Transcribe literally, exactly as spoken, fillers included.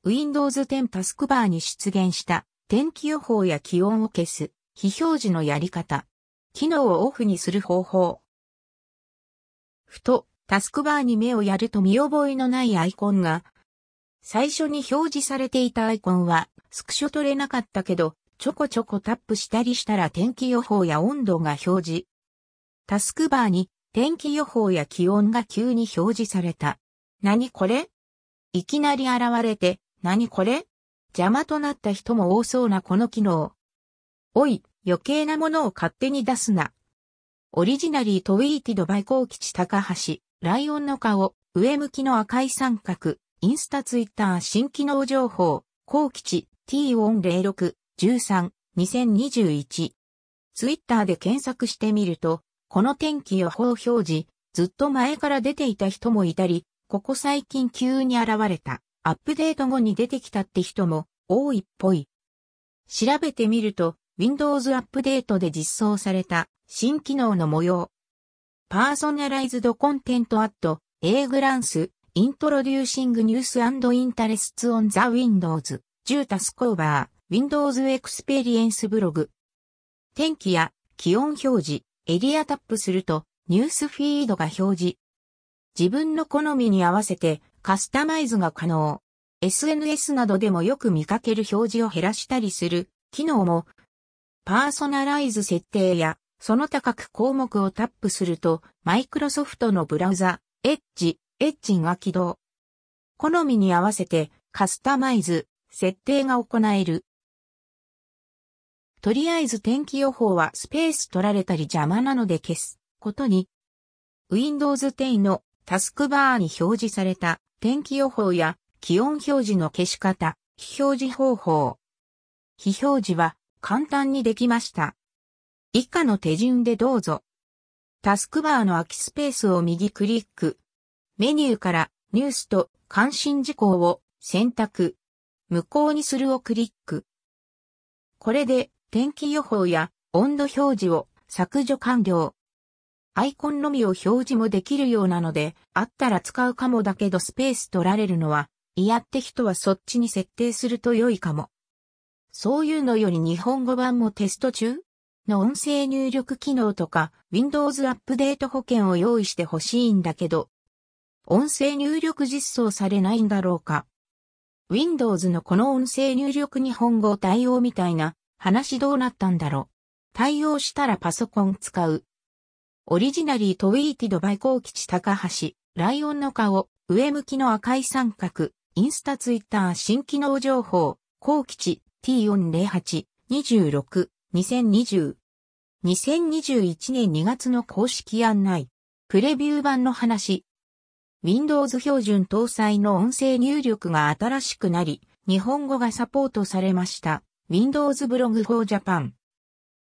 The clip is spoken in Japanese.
Windows テンタスクバーに出現した天気予報や気温を消す非表示のやり方。機能をオフにする方法。ふとタスクバーに目をやると見覚えのないアイコンが、最初に表示されていたアイコンはスクショ取れなかったけど、ちょこちょこタップしたりしたら天気予報や温度が表示。タスクバーに天気予報や気温が急に表示された。何これ？いきなり現れて、何これ？邪魔となった人も多そうなこの機能。おい、余計なものを勝手に出すな。オリジナリートウィーティドバイコウキチ高橋、ライオンの顔、上向きの赤い三角、インスタツイッター新機能情報、コウキチ ティーよんぜろろくじゅうさん、にせんにじゅういち。ツイッターで検索してみると、この天気予報表示、ずっと前から出ていた人もいたり、ここ最近急に現れた、アップデート後に出てきたって人も多いっぽい。調べてみると、Windows アップデートで実装された新機能の模様。Personalized Content at A Glance Introducing News and Interests on the Windows じゅうタスクオーバー Windows Experience ブログ。天気や気温表示、エリアタップするとニュースフィードが表示。自分の好みに合わせてカスタマイズが可能。エスエヌエス などでもよく見かける表示を減らしたりする機能も、パーソナライズ設定やその他各項目をタップすると、マイクロソフトのブラウザ、エッジ、エッジンが起動。好みに合わせてカスタマイズ、設定が行える。とりあえず天気予報はスペース取られたり邪魔なので消すことに。Windows テンのタスクバーに表示された天気予報や気温表示の消し方、非表示方法。非表示は簡単にできました。以下の手順でどうぞ。タスクバーの空きスペースを右クリック。メニューからニュースと関心事項を選択。無効にするをクリック。これで天気予報や温度表示を削除完了。アイコンのみを表示もできるようなので、あったら使うかもだけどスペース取られるのは嫌って人はそっちに設定すると良いかも。そういうのより日本語版もテスト中の音声入力機能とか Windows アップデート保険を用意してほしいんだけど、音声入力実装されないんだろうか。Windows のこの音声入力日本語対応みたいな話どうなったんだろう。対応したらパソコン使う。オリジナリートウィーティドバイコウキチ高橋、ライオンの顔、上向きの赤い三角、インスタツイッター新機能情報、コウキチ ティーよんぜろはち にじゅうろく にせんにじゅう。にせんにじゅういちねんにがつの公式案内。プレビュー版の話。Windows 標準搭載の音声入力が新しくなり、日本語がサポートされました。Windows ブログ for Japan。